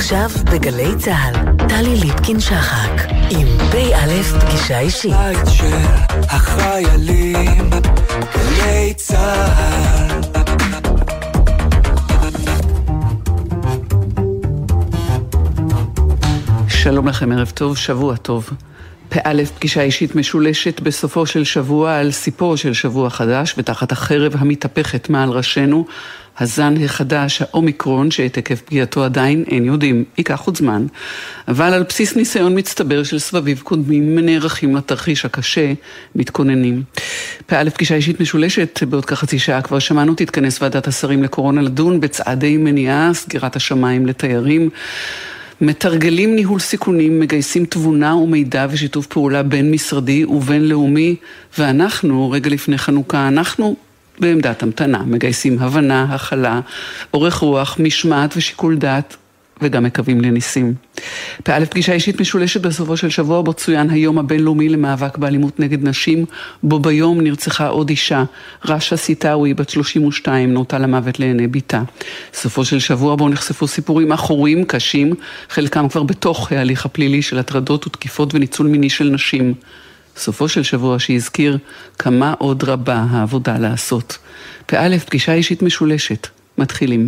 עכשיו בגלי צהל, טלי ליפקין שחק, עם פ"א פגישה אישית. בית של החיילים, גלי צהל. שלום לכם, ערב טוב, שבוע טוב. פ"א פגישה אישית משולשת בסופו של שבוע על סיפור של שבוע חדש, ותחת החרב המתהפכת מעל ראשנו, הזן החדש, האומיקרון, שאת היקף פגיעתו עדיין אין יודעים, ייקח עוד זמן. אבל על בסיס ניסיון מצטבר של סבבים קודמים, נערכים לתרחיש הקשה, מתכוננים. פ"א פגישה אישית משולשת, בעוד כחצי שעה כבר שמענו, תתכנס ועדת השרים לקורונה לדון בצעדי מניעה, סגירת השמיים לתיירים, מתרגלים ניהול סיכונים, מגייסים תבונה ומידע ושיתוף פעולה בין משרדי ובין לאומי, ואנחנו, רגע לפני חנוכה, אנחנו בעמדת המתנה, מגייסים הבנה, הכלה, אורך רוח, משמעת ושיקול דעת, וגם מקווים לניסים. פ"א פגישה אישית משולשת בסופו של שבוע, בו צוין היום הבינלאומי למאבק באלימות נגד נשים, בו ביום נרצחה עוד אישה, רשה סיטאווי, בת 32, נורתה למוות לעיני ביתה. סופו של שבוע בו נחשפו סיפורים אחורים, קשים, חלקם כבר בתוך ההליך הפלילי של הטרדות ותקיפות וניצול מיני של נשים. סופו של שבוע שהזכיר כמה עוד רבה העבודה לעשות. פ"א פגישה אישית משולשת. מתחילים.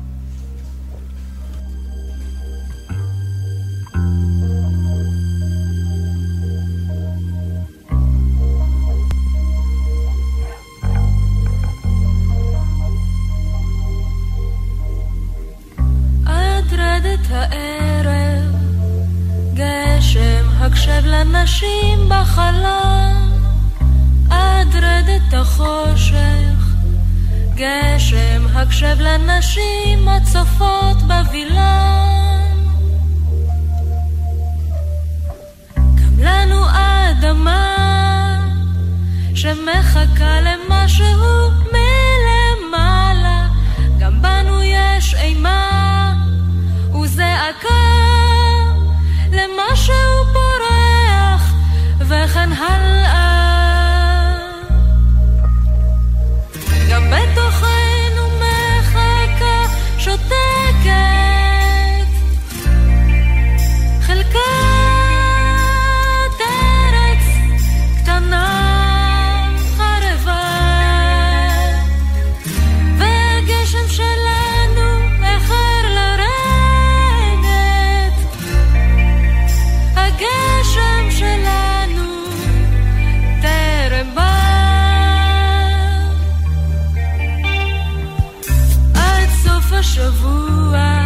הערב גשם הקשב לנשים בחלום, עד רדת החושך גשם הקשב לנשים הצופות בבילון. גם לנו אדמה שמחכה למשהו מלמעלה, גם בנו יש אימה וזעקה למשהו פורח וכן הלאה. גם בתוכנו מחכה שותקת חלקת ארץ קטנה חרבה, והגשם שלנו אחר לרדת, הגשם שלנו טרם בא. עד סוף השבוע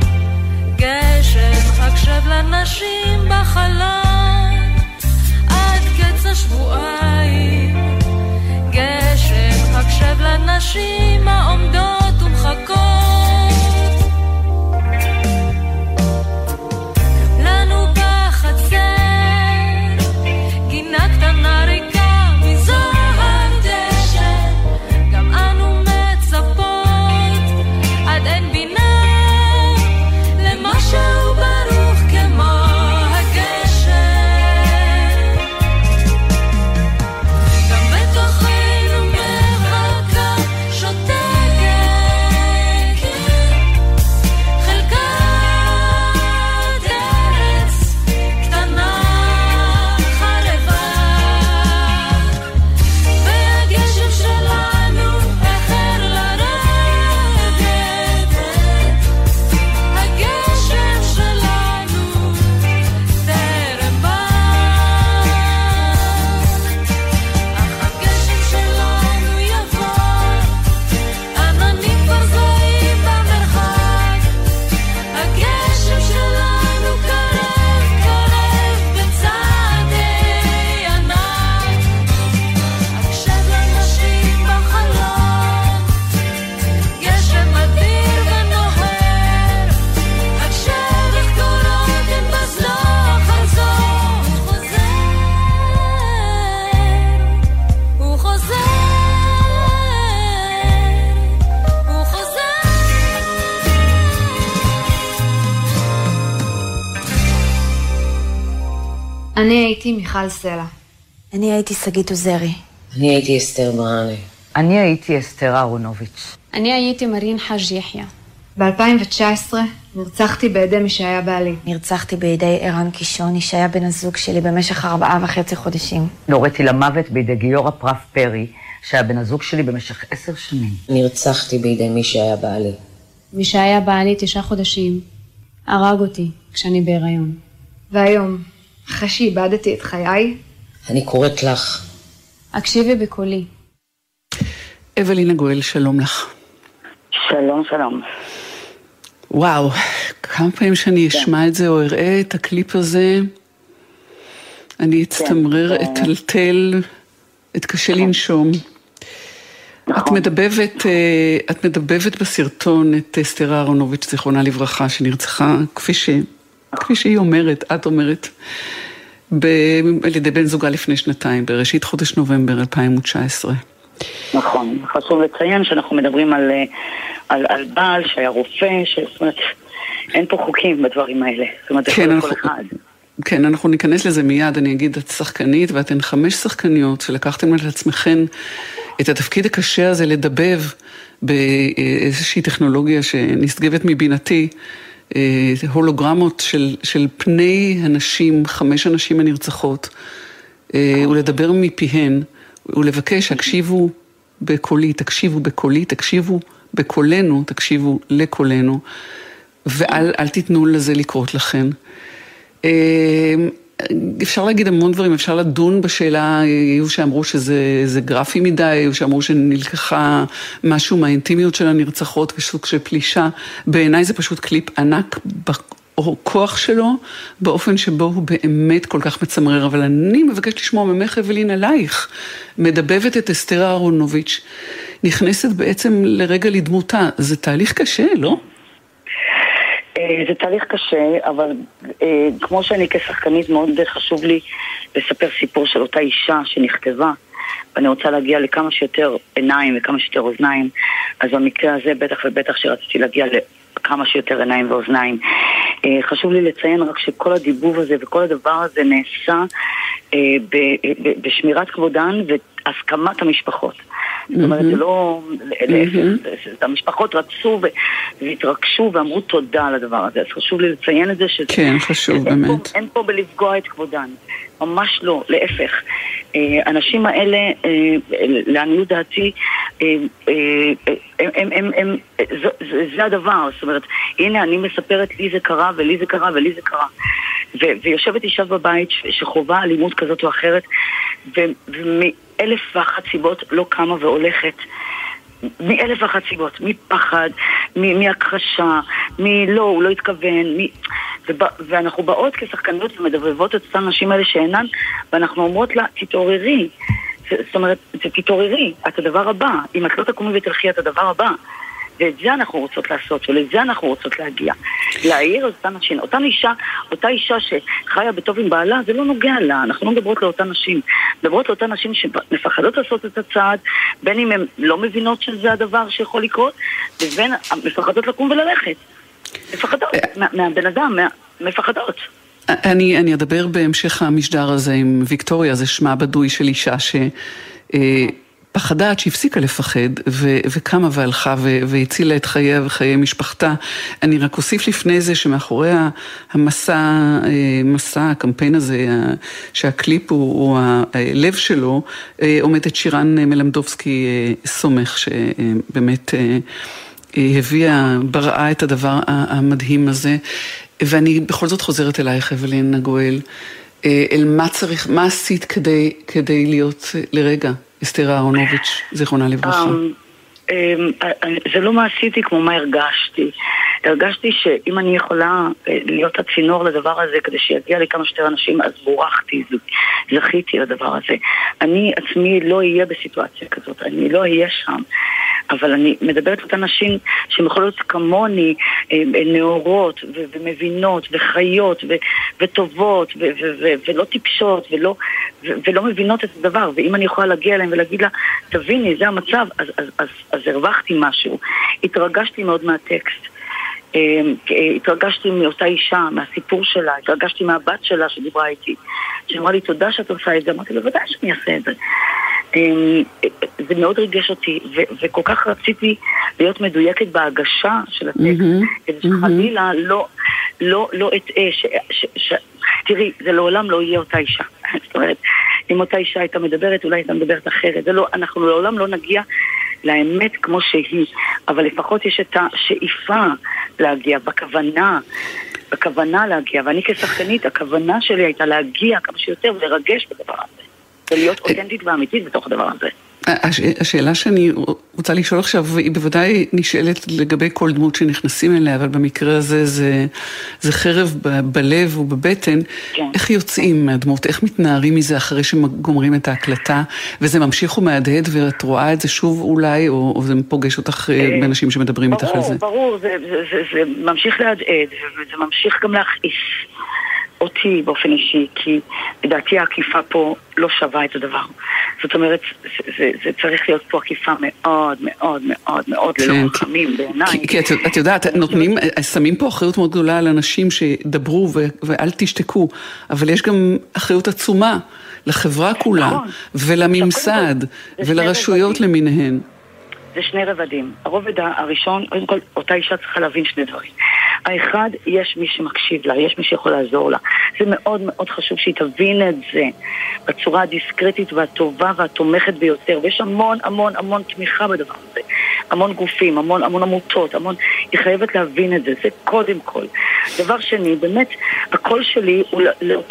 גשם הקשב לנשים בחלום, עד קץ השבועיים גשם הקשב לנשים העומדות ומחכות. לנו בחצר גינה קטנה ריקה מזוהר דשא, גם אנו מצפות עד אין בינה למשהו ברוך כמו הגשם. גם בתוכנו מחכה שותקת חלקת ארץ קטנה חרבה, והגשם שלנו אחר לרדת, הגשם שלנו טרם בא, אך הגשם שלנו יבוא, עננים כבר זוהים במרחק, הגשם שלנו קרב קרב בצעדי ענק, הקשב לנשים בחלום, גשם אדיר ונוהר, הקשב איך קורות הן בזנוח על זאת, הוא חוזר, הוא חוזר. אני הייתי מיכל סלע. אני הייתי שגית עוזרי. אני הייתי אסתר ברני. אני הייתי אסתר אהרונוביץ'. אני הייתי מרין חאג' יחיא. ב-2019 נרצחתי בידי מי שהיה בעלי. נרצחתי בידי ערן קישון, שהיה בן הזוג שלי במשך 4.5 חודשים. נוריתי למוות בידי גיורא פרף פרי, שהיה בן הזוג שלי במשך 10 שנים. נרצחתי בידי מי שהיה בעלי. מי שהיה בעלי 9 חודשים, הרג אותי כשאני בהיריון. והיום, אחרי שאיבדתי את חיי, אני קוראת לך. הקשיבי בקולי. אבלינה גואל, שלום לך. שלום, שלום. וואו, כמה פעמים שאני אשמע את זה או אראה את הקליפ הזה, אני אצטמרר, אטלטל, אתקשה לנשום. את מדבבת בסרטון את אסתר אהרונוביץ', זיכרונה לברכה, שנרצחה, כפי שהיא אומרת, את אומרת, על ידי בן זוגה לפני 2 בראשית חודש נובמבר 2019. נכון, חשוב לציין שאנחנו מדברים על בעל שהיה רופא, זאת אומרת, אין פה חוקים בדברים האלה, זאת אומרת, זה כל אחד. כן, אנחנו ניכנס לזה מיד, אני אגיד, את שחקנית, ואתן 5 שחקניות, שלקחתם על עצמכן את התפקיד הקשה הזה לדבב באיזושהי טכנולוגיה שנסגבת מבינתי, הולוגרמות של פני הנשים, 5 הנשים הנרצחות, ולדבר מפיהן, ולבקש, הקשיבו בקולי, תקשיבו בקולי, תקשיבו בקולנו, תקשיבו לקולנו, ואל תיתנו לזה לקרות לכן. אפשר להגיד המון דברים, אפשר לדון בשאלה, היו שאמרו שזה גרפי מדי, היו שאמרו שנלקחה משהו מהאינטימיות של הנרצחות וסוג של פלישה. בעיניי זה פשוט קליפ ענק בכוח שלו, באופן שבו הוא באמת כל כך מצמרר. אבל אני מבקשת לשמוע ממך, אבלין, עלייך, מדבבת את אסתר אהרונוביץ', נכנסת בעצם לרגע לדמותה. זה תהליך קשה, לא? זה תהליך קשה, אבל כמו שאני כשחקנית מאוד חשוב לי לספר סיפור של אותה אישה שנכתבה, ואני רוצה להגיע לכמה שיותר עיניים וכמה שיותר אוזניים, אז במקרה הזה בטח ובטח שרציתי להגיע לכמה שיותר עיניים ואוזניים. חשוב לי לציין רק שכל הדיבוב הזה וכל הדבר הזה נעשה בשמירת כבודן והסכמת המשפחות. זאת אומרת, זה לא להפך, המשפחות רצו והתרגשו ואמרו תודה על הדבר הזה, אז חשוב לי לציין את זה כן, חשוב באמת. אין פה בלפגוע את כבודן, ממש לא, להפך. אנשים האלה, לעניות דעתי, זה הדבר, זאת אומרת, הנה אני מספרת לי זה קרה ולי זה קרה ולי זה קרה, ויושבת אישה בבית שחובה אלימות כזאת או אחרת, ומ1,001 סיבות לא קמה והולכת, מ1,001 סיבות, מפחד, מהכחשה, לא, הוא לא התכוון, ואנחנו באות כשחקניות ומדבבות את אותן נשים האלה שאינן, ואנחנו אומרות לה, תתעוררי, זאת אומרת, תתעוררי, את הדבר הבא, אם את לא תקומי ותלכי את הדבר הבא, ואת זה אנחנו רוצות לעשות, ולזה אנחנו רוצות להגיע. להעיר אותן נשים, אותה אישה שחיה בטוב עם בעלה, זה לא נוגע לה, אנחנו לא מדברות לאותן נשים, מדברות לאותן נשים שמפחדות לעשות את הצעד, בין אם הן לא מבינות שזה הדבר שיכול לקרות, ובין מפחדות לקום וללכת. מפחדות, מהבן אדם, מפחדות. אני אדבר בהמשך המשדר הזה עם ויקטוריה, זה שמה בדוי של אישה פחדה עד שהפסיקה לפחד, וקמה והלכה והצילה את חייה וחיי משפחתה. אני רק אוסיף לפני זה שמאחורי המסע, הקמפיין הזה, שהקליפ הוא הלב שלו, עומדת שירן מלמדובסקי סומך, שבאמת הביאה, בראה את הדבר המדהים הזה. ואני בכל זאת חוזרת אלייך, אבלין גואל, אל מה עשית כדי להיות לרגע אסתר אהרונוביץ', זיכרונה לברכה? זה לא מה עשיתי כמו מה הרגשתי. הרגשתי שאם אני יכולה להיות הצינור לדבר הזה כדי שיגיע לכמה שיותר אנשים, אז בורחתי, זכיתי לדבר הזה. אני עצמי לא אהיה בסיטואציה כזאת, אני לא אהיה שם. אבל אני מדברת אותן נשים שהן יכולות כמוני, נאורות ומבינות וחיות וטובות ולא טיפשות ולא מבינות את הדבר. ואם אני יכולה להגיע אליהם ולהגיד לה, תביני, זה המצב, אז הרווחתי משהו. התרגשתי מאוד מהטקסט. התרגשתי מאותה אישה, מהסיפור שלה, התרגשתי מהבת שלה שדיברה איתי, שאמרה לי תודה שאת עושה את זה, אמרתי בוודאי שאני אעשה את זה. זה מאוד ריגש אותי, וכל כך רציתי להיות מדויקת בהגשה של הטקסט, כדי שחלילה לא אטעה, תראי, זה לעולם לא יהיה אותה אישה. זאת אומרת, אם אותה אישה הייתה מדברת, אולי הייתה מדברת אחרת. אנחנו לעולם לא נגיע לאמת כמו שהיא, אבל לפחות יש את השאיפה להגיע, בכוונה להגיע, ואני כשחקנית, הכוונה שלי הייתה להגיע כמה שיותר ולרגש בדבר הזה, ולהיות אותנטית ואמיתית בתוך הדבר הזה. השאלה שאני רוצה לשאול עכשיו, היא בוודאי נשאלת לגבי כל דמות שנכנסים אליה, אבל במקרה הזה זה חרב בלב ובבטן. כן. איך יוצאים מהדמות? איך מתנערים מזה אחרי שגומרים את ההקלטה, וזה ממשיך ומהדהד, ואת רואה את זה שוב אולי, או זה פוגש אותך באנשים שמדברים איתך על זה? ברור, זה ממשיך להדהד, וזה ממשיך גם להכעיס אותי באופן אישי, כי לדעתי העקיפה פה לא שווה את הדבר. זאת אומרת, זה צריך להיות פה עקיפה מאוד מאוד מאוד מאוד ללא רחמים בעיניי. כי את יודעת, שמים פה אחריות מאוד גדולה על אנשים שדברו ואל תשתקו, אבל יש גם אחריות עצומה לחברה כולה, ולממסד, ולרשויות למיניהן. זה שני רבדים. הרובד הראשון, קודם כל, אותה אישה צריכה להבין שני דברים. האחד, יש מי שמקשיב לה, יש מי שיכול לעזור לה. זה מאוד מאוד חשוב שהיא תבין את זה בצורה הדיסקרטית והטובה והתומכת ביותר. ויש המון המון המון תמיכה בדבר הזה. המון גופים, המון עמותות, היא חייבת להבין את זה. זה קודם כל. דבר שני, באמת, הקול שלי הוא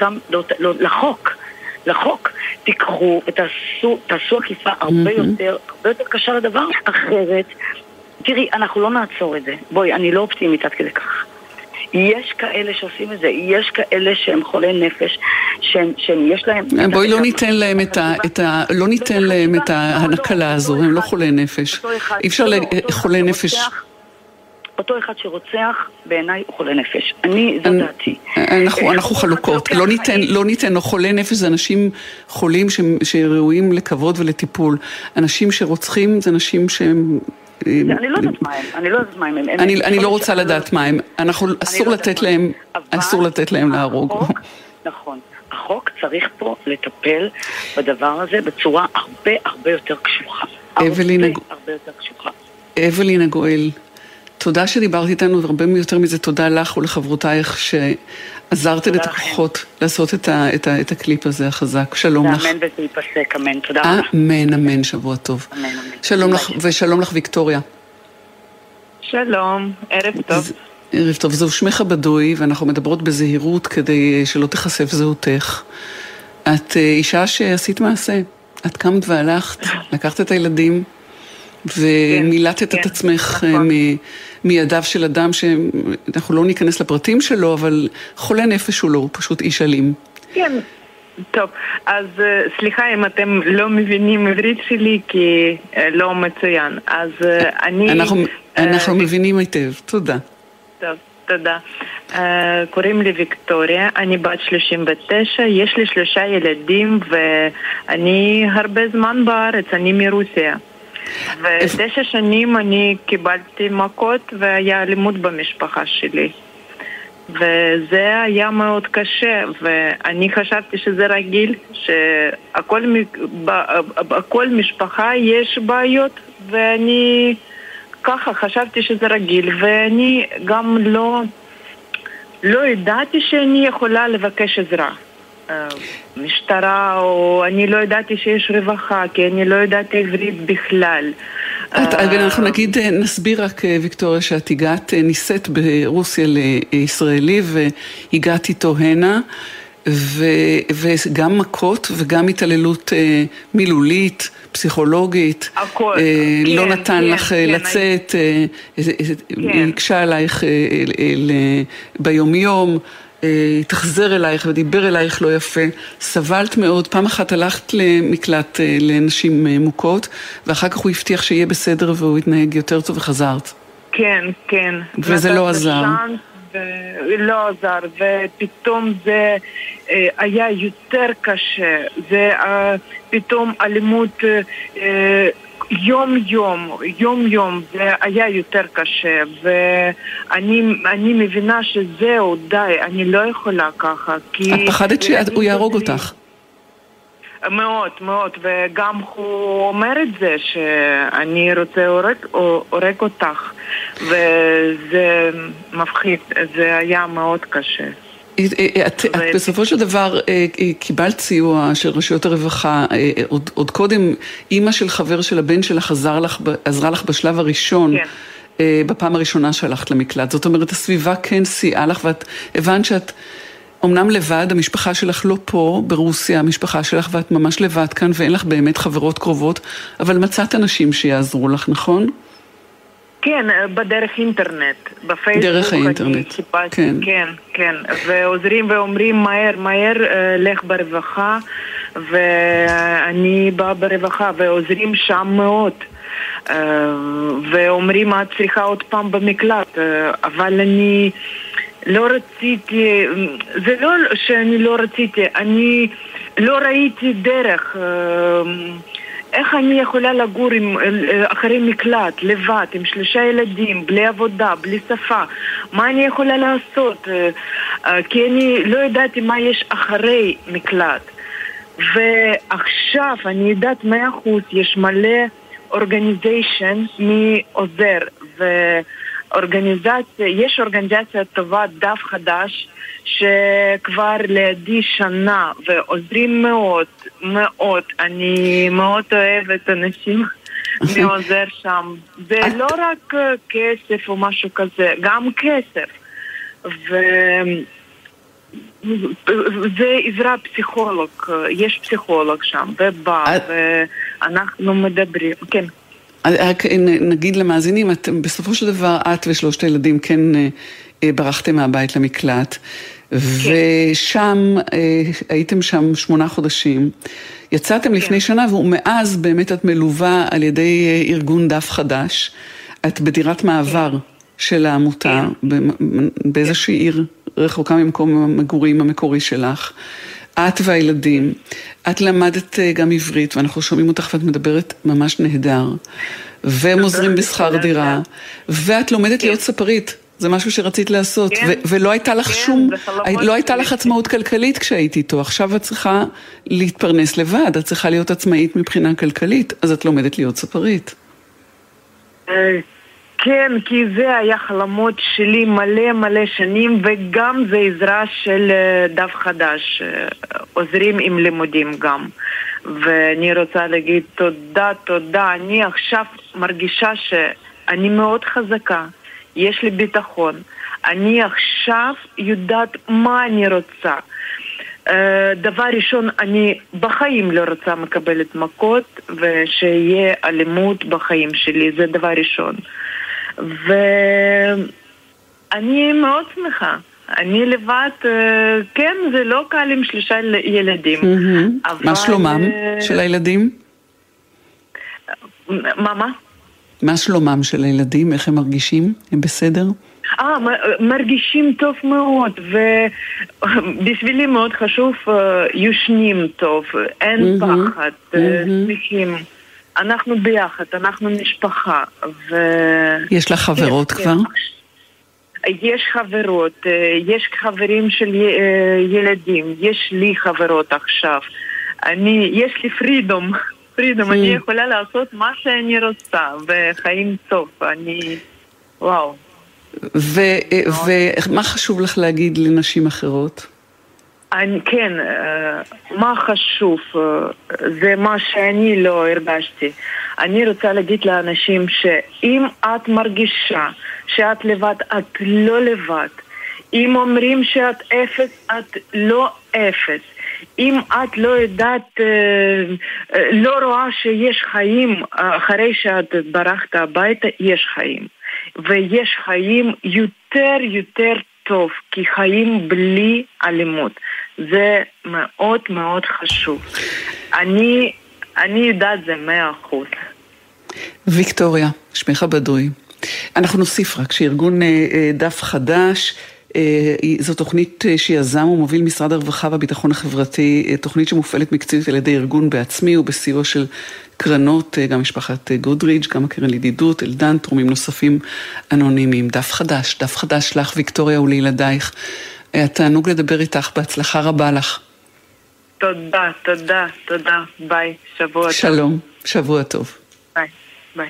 לחוק. תיקחו ותעשו עקיפה הרבה יותר קשה לדבר. אחרת, תראי, אנחנו לא נעצור את זה. בואי, אני לא אופטימית עד כדי כך. יש כאלה שעושים את זה, יש כאלה שהם חולי נפש, שיש להם... בואי לא ניתן להם את ההנקלה הזו, הם לא חולי נפש. אי אפשר חולי נפש... אותו אחד שרוצח, בעיניי הוא חולה נפש. זו דעתי. אנחנו חלוקות. לא ניתן, חולי נפש זה אנשים חולים שראויים לכבוד ולטיפול. אנשים שרוצחים זה אנשים שהם... אני לא יודעת מה הם. אני לא רוצה לדעת מה הם. אסור לתת להם להרוג. נכון. החוק צריך פה לטפל בדבר הזה בצורה הרבה יותר קשוחה. הרבה יותר קשוחה. אבלינה גואל, תודה שדיברת איתנו, והרבה יותר מזה תודה לך ולחברותייך שעזרתן את הכוחות לעשות את הקליפ הזה החזק. שלום לך. אמן וזה ייפסק, אמן. תודה רבה. אמן, שבוע טוב. שלום לך, ושלום לך ויקטוריה. שלום, ערב טוב. ערב טוב, זהו שמך בדוי, ואנחנו מדברות בזהירות כדי שלא תחשף זהותך. את אישה שעשית מעשה. את קמת והלכת, לקחת את הילדים, ומילטת את עצמך מידיו של אדם שאנחנו לא ניכנס לפרטים שלו, אבל חולה נפש הוא לא, הוא פשוט איש אלים. כן, טוב, אז סליחה אם אתם לא מבינים עברית שלי כי לא מצוין, אז אנחנו מבינים היטב, תודה. טוב, תודה. קוראים לי ויקטוריה, אני בת 39, יש לי 3 ילדים ואני הרבה זמן בארץ, אני מרוסיה. ו9 שנים אני קיבלתי מכות והיה אלימות במשפחה שלי. וזה היה מאוד קשה, ואני חשבתי שזה רגיל, שהכל משפחה יש בעיות, ואני ככה חשבתי שזה רגיל, ואני גם לא ידעתי שאני יכולה לבקש עזרה. משטרה, או אני לא ידעתי שיש רווחה, כי אני לא ידעתי עברית בכלל. אנחנו נסביר רק, ויקטוריה, שאת הגעת, ניסית ברוסיה לישראלי, והגעת איתו הנה, וגם מכות וגם התעללות מילולית, פסיכולוגית, לא נתן לך לצאת, הקשה עלייך ביומיום, תחזר אלייך ודיבר אלייך לא יפה, סבלת מאוד, פעם אחת הלכת למקלט לנשים מוכות, ואחר כך הוא הבטיח שיהיה בסדר והוא התנהג יותר טוב וחזרת. כן. וזה לא עזר. לא עזר, ופתאום זה היה יותר קשה, זה פתאום אלימות יום, זה היה יותר קשה, ואני מבינה שזהו, די, אני לא יכולה ככה, כי... את פחדת שהוא יהרוג אותך? מאוד, מאוד, וגם הוא אומר את זה, שאני רוצה הורג אותך, וזה מפחיד, זה היה מאוד קשה. את בסופו של דבר קיבלת סיוע של רשויות הרווחה, עוד קודם אימא של חבר של הבן שלך עזרה לך בשלב הראשון, בפעם הראשונה שהלכת למקלט, זאת אומרת הסביבה כן סייעה לך, ואת הבנת שאת אמנם לבד, המשפחה שלך לא פה ברוסיה, המשפחה שלך, ואת ממש לבד כאן ואין לך באמת חברות קרובות, אבל מצאת אנשים שיעזרו לך, נכון? כן, בדרך אינטרנט, בפייסבוק. דרך האינטרנט, כן. כן, כן, ועוזרים ואומרים מהר, לך ברווחה, ואני באה ברווחה, ועוזרים שם מאוד. ואומרים, את צריכה עוד פעם במקלט, אבל אני לא רציתי, זה לא שאני לא רציתי, אני לא ראיתי דרך, איך אני יכולה לגור אחרי מקלט, לבד, עם 3 ילדים, בלי עבודה, בלי שפה, מה אני יכולה לעשות? כי אני לא ידעתי מה יש אחרי מקלט. ועכשיו אני יודעת 100%, יש מלא אורגניזיישן מי עוזר, יש אורגניזציה טובה, דף חדש, שכבר לידי שנה, ועוזרים מאוד, מאוד. אני מאוד אוהבת אנשים מי עוזר שם. זה לא רק כסף או משהו כזה, גם כסף. זה עזרה פסיכולוג, יש פסיכולוג שם, ובא, ואנחנו מדברים, כן. נגיד למאזינים, בסופו של דבר את ו3 הילדים כן ברחתם מהבית למקלט, ושם הייתם שם 8 חודשים, יצאתם לפני שנה, ומאז באמת את מלווה על ידי ארגון דף חדש, את בדירת מעבר של העמותה, באיזושהי עיר רחוקה ממקום המגורים המקורי שלך, את והילדים, את למדת גם עברית, ואנחנו שומעים אותך ואת מדברת ממש נהדר, והם עוזרים בשכר דירה, ואת לומדת להיות ספרית, זה משהו שרצית לעשות, ולא הייתה לך לא הייתה לך עצמאות כלכלית כשהיית איתו, עכשיו את צריכה להתפרנס לבד, את צריכה להיות עצמאית מבחינה כלכלית, אז את לומדת להיות ספרית. כן, כי זה היה חלומות שלי מלא שנים, וגם זה עזרה של דף חדש, עוזרים עם לימודים גם. ואני רוצה להגיד תודה, אני עכשיו מרגישה שאני מאוד חזקה, יש לי ביטחון, אני עכשיו יודעת מה אני רוצה. דבר ראשון, אני בחיים לא רוצה מקבלת מכות, ושיהיה אלימות בחיים שלי, זה דבר ראשון. ואני מאוד שמחה, אני לבד, כן, זה לא קל עם 3 ילדים. מה שלומם של הילדים? מה שלומם של הילדים? איך הם מרגישים? הם בסדר? מרגישים טוב מאוד, ובשבילי מאוד חשוב, יושנים טוב, אין פחד, שמחים. אנחנו ביחד, אנחנו משפחה. יש לך חברות כבר? יש חברות, יש חברים של ילדים, יש לי חברות עכשיו. יש לי פרידום, אני יכולה לעשות מה שאני רוצה, וחיים טוב, וואו. ומה חשוב לך להגיד לנשים אחרות? כן, מה חשוב, זה מה שאני לא הרגשתי. אני רוצה להגיד לאנשים שאם את מרגישה שאת לבד, את לא לבד. אם אומרים שאת אפס, את לא אפס. אם את לא יודעת, לא רואה שיש חיים אחרי שאת ברחת הביתה, יש חיים. ויש חיים יותר טוב, כי חיים בלי אלימות. זה מאוד מאוד חשוב. אני יודעת זה 100%. ויקטוריה, שמך בדוי. אנחנו נוסיף רק שארגון דף חדש, זו תוכנית שיזם ומוביל משרד הרווחה והביטחון החברתי, תוכנית שמופעלת מקצועית על ידי ארגון בעצמי ובסיוע של קרנות, גם משפחת גודריץ', גם הקרן לידידות, אלדן, תורמים נוספים אנונימיים. דף חדש לך, ויקטוריה, ולילדייך. התענוג לדבר איתך, בהצלחה רבה לך. תודה, תודה, תודה. ביי, שבוע טוב. שלום, שבוע טוב. ביי, ביי.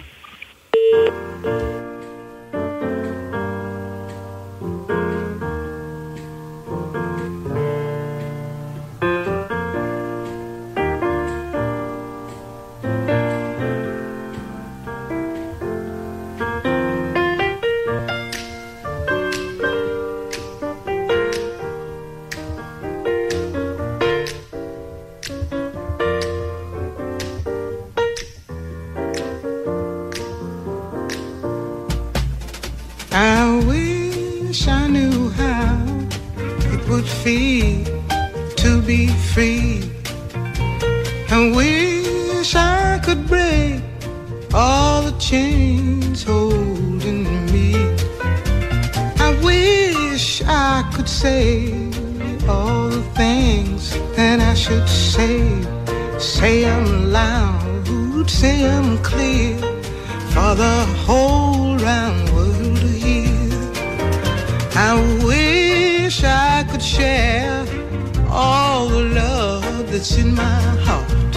Feel to be free. I wish I could break all the chains holding me. I wish I could say all the things that I should say. Say them loud, say them clear for the whole round world to hear. I wish I could share all the love that's in my heart.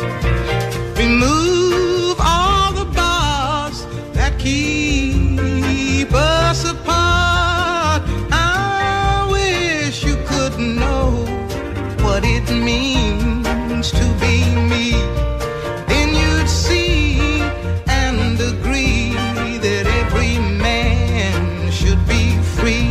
Remove all the bars that keep us apart. I wish you could know what it means to be me. Then you'd see and agree that every man should be free.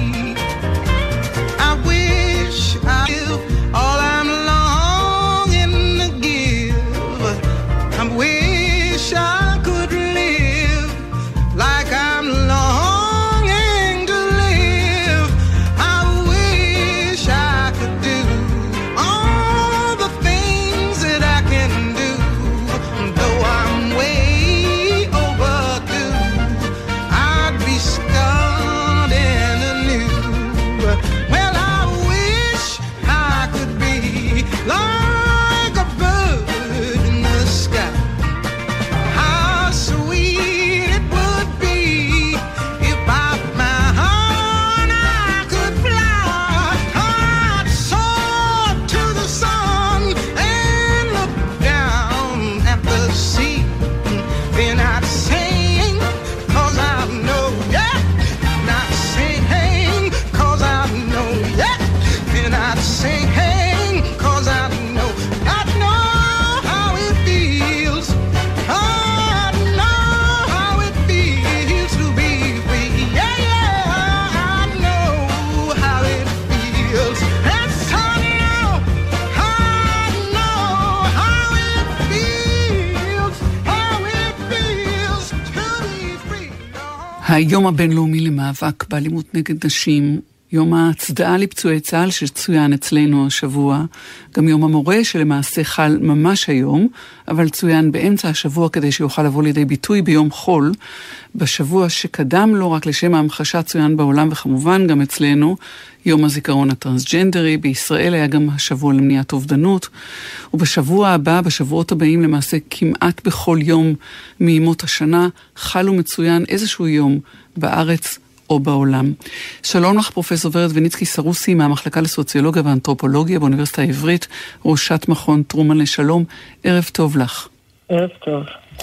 היום הבינלאומי למאבק באלימות נגד נשים, יום ההצדעה לפצועי צה"ל שצוין אצלנו השבוע, גם יום המורה שלמעשה חל ממש היום, אבל צוין באמצע השבוע כדי שיוכל לבוא לידי ביטוי ביום חול, בשבוע שקדם לו רק לשם ההמחשה צוין בעולם וכמובן גם אצלנו, יום הזיכרון הטרנסג'נדרי, בישראל היה גם השבוע למניעת אובדנות, ובשבוע הבא, בשבועות הבאים למעשה כמעט בכל יום מימות השנה, חל ומצוין איזשהו יום בארץ או בעולם. שלום לך פרופסור ורד וניצקי סרוסי מהמחלקה לסוציולוגיה ואנתרופולוגיה באוניברסיטה העברית, ראשת מכון טרומן לשלום, ערב טוב לך. ערב טוב.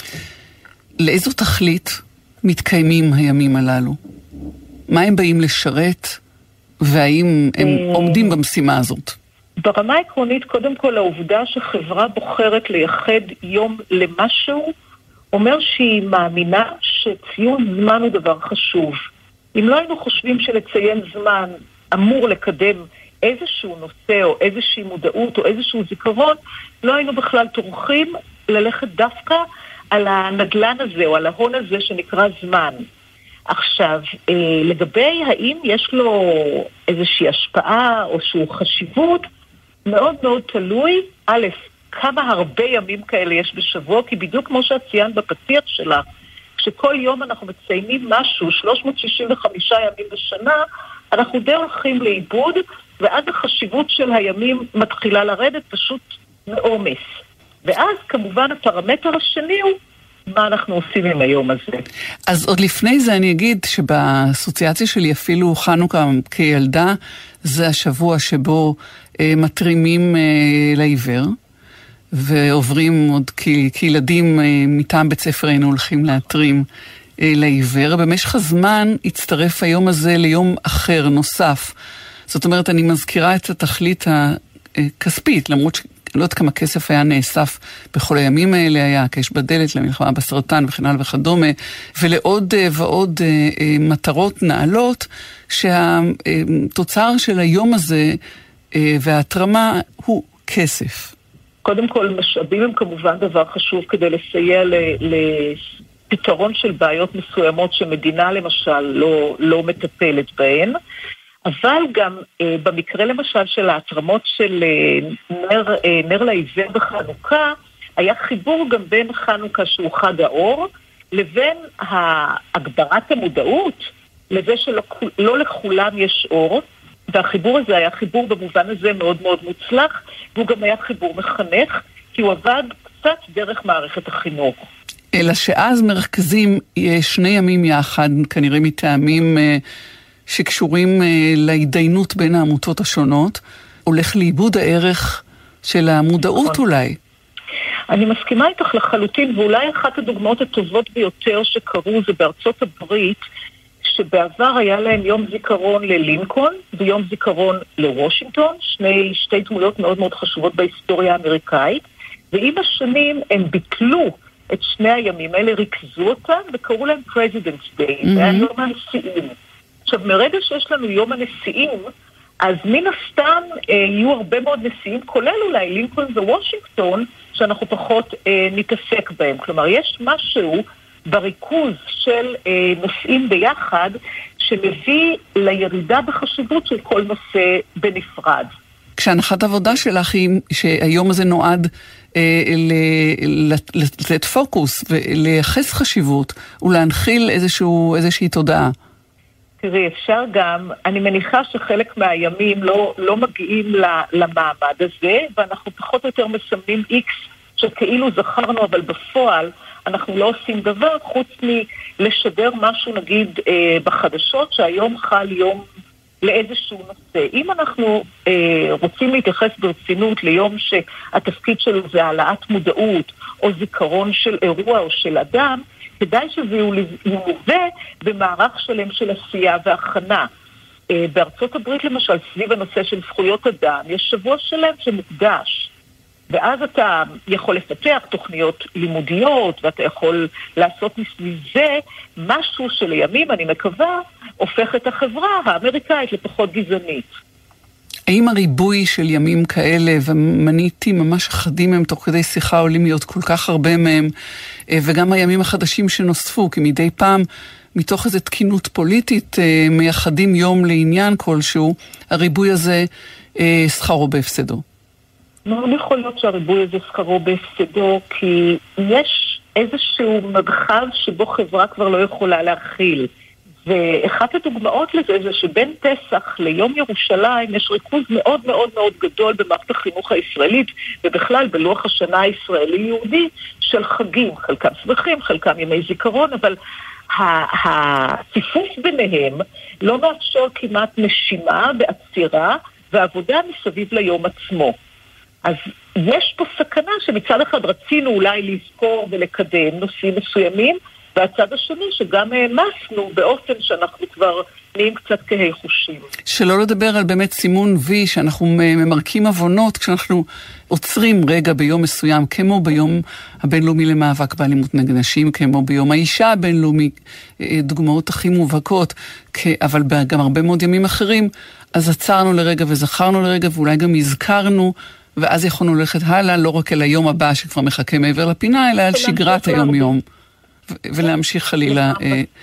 לאיזו תכלית מתקיימים הימים הללו? מה הם באים לשרת והאם הם עומדים במשימה הזאת? ברמה העקרונית, קודם כל העובדה שחברה בוחרת לייחד יום למשהו, אומר שהיא מאמינה שציון זמן הוא דבר חשוב. אם לא היינו חושבים שלציין זמן אמור לקדם איזשהו נושא או איזושהי מודעות או איזשהו זיכרון, לא היינו בכלל טורחים ללכת דווקא על הנדלן הזה או על ההון הזה שנקרא זמן. עכשיו, לגבי האם יש לו איזושהי השפעה או שהוא חשיבות, מאוד מאוד תלוי, א', כמה הרבה ימים כאלה יש בשבוע, כי בדיוק כמו שאת ציינת בפתיח שלה, שכל יום אנחנו מציינים משהו, 365 ימים בשנה, אנחנו די הולכים לאיבוד, ואז החשיבות של הימים מתחילה לרדת פשוט מעומס. ואז כמובן הפרמטר השני הוא מה אנחנו עושים עם היום הזה. אז עוד לפני זה אני אגיד שבאסוציאציה שלי אפילו חנוכה כילדה, זה השבוע שבו מתרימים לעיוור, ועוברים עוד כילדים מטעם בית ספר היינו הולכים להתרים לעיוור. במשך הזמן הצטרף היום הזה ליום אחר, נוסף. זאת אומרת, אני מזכירה את התכלית הכספית, למרות שאני לא יודעת כמה כסף היה נאסף בכל הימים האלה, היה הקש בדלת למלחמה בסרטן וכן הלאה וכדומה, ולעוד ועוד מטרות נעלות, שהתוצר של היום הזה וההתרמה הוא כסף. קודם כל, משאבים הם כמובן דבר חשוב כדי לסייע לפתרון של בעיות מסוימות שמדינה למשל לא מטפלת בהן, אבל גם במקרה למשל של ההתרמות של נר לעיוור בחנוכה, היה חיבור גם בין חנוכה שהוא חג האור, לבין הגברת המודעות, לזה שלא לכולם יש אור, והחיבור הזה היה חיבור במובן הזה מאוד מאוד מוצלח, והוא גם היה חיבור מחנך, כי הוא עבד קצת דרך מערכת החינוך. אלא שאז מרכזים שני ימים יחד, כנראה מטעמים שקשורים להתדיינות בין העמותות השונות, הולך לאיבוד הערך של המודעות אולי. אני מסכימה איתך לחלוטין, ואולי אחת הדוגמאות הטובות ביותר שקרו זה בארצות הברית, שבעבר היה להם יום זיכרון ללינקולן ויום זיכרון לוושינגטון, שתי דמויות מאוד מאוד חשובות בהיסטוריה האמריקאית, ועם השנים הם ביטלו את שני הימים האלה, ריכזו אותם וקראו להם President's Day, זה היה יום הנשיאים. עכשיו, מרגע שיש לנו יום הנשיאים, אז מן הסתם יהיו הרבה מאוד נשיאים, כולל אולי לינקולן ווושינגטון, שאנחנו פחות נתעסק בהם. כלומר, יש משהו בריכוז של נושאים ביחד, שמביא לירידה בחשיבות של כל נושא בנפרד. כשהנחת עבודה שלך היא שהיום הזה נועד לתת פוקוס ולייחס חשיבות ולהנחיל איזושהי תודעה. תראי, אפשר גם, אני מניחה שחלק מהימים לא מגיעים למעמד הזה, ואנחנו פחות או יותר מסמנים איקס שכאילו זכרנו, אבל בפועל אנחנו לא עושים דבר חוץ מלשדר משהו נגיד בחדשות, שהיום חל יום לאיזשהו נושא. אם אנחנו רוצים להתייחס ברצינות ליום שהתפקיד שלו זה העלאת מודעות או זיכרון של אירוע או של אדם, כדאי שזה ילווה במערך שלם של עשייה והכנה. בארצות הברית למשל, סביב הנושא של זכויות אדם, יש שבוע שלם שמוקדש. ואז אתה יכול לפתח תוכניות לימודיות, ואתה יכול לעשות מסביב זה משהו שלימים, אני מקווה, הופך את החברה האמריקאית לפחות גזענית. האם הריבוי של ימים כאלה, ומניתי ממש אחדים מהם תוך כדי שיחה עולים להיות כל כך הרבה מהם, וגם הימים החדשים שנוספו, כי מדי פעם מתוך איזו תקינות פוליטית מייחדים יום לעניין כלשהו, הריבוי הזה שכרו בהפסדו. מאוד יכול להיות שהריבוי הזה שכרו בהפסדו, כי יש איזשהו מרחב שבו חברה כבר לא יכולה להכיל. ואחת הדוגמאות לזה זה שבין פסח ליום ירושלים יש ריכוז מאוד מאוד מאוד גדול במערכת החינוך הישראלית, ובכלל בלוח השנה הישראלי-יהודי של חגים, חלקם שמחים, חלקם ימי זיכרון, אבל הציפוף ביניהם לא מאפשר כמעט נשימה בעצירה ועבודה מסביב ליום עצמו. אז יש פה סכנה שמצד אחד רצינו אולי לזכור ולקדם נושאים מסוימים, והצד השני שגם העמסנו באופן שאנחנו כבר נהיים קצת כהי חושים. שלא לדבר על באמת סימון וי, שאנחנו ממרקים אבונות כשאנחנו עוצרים רגע ביום מסוים, כמו ביום הבינלאומי למאבק באלימות נגד נשים, כמו ביום האישה הבינלאומי, דוגמאות הכי מובהקות, אבל גם הרבה מאוד ימים אחרים, אז עצרנו לרגע וזכרנו לרגע, ואולי גם הזכרנו, ואז יכולנו ללכת הלאה, לא רק אל היום הבא שכבר מחכה מעבר לפינה, אלא על שגרת היום-יום. ולהמשיך חלילה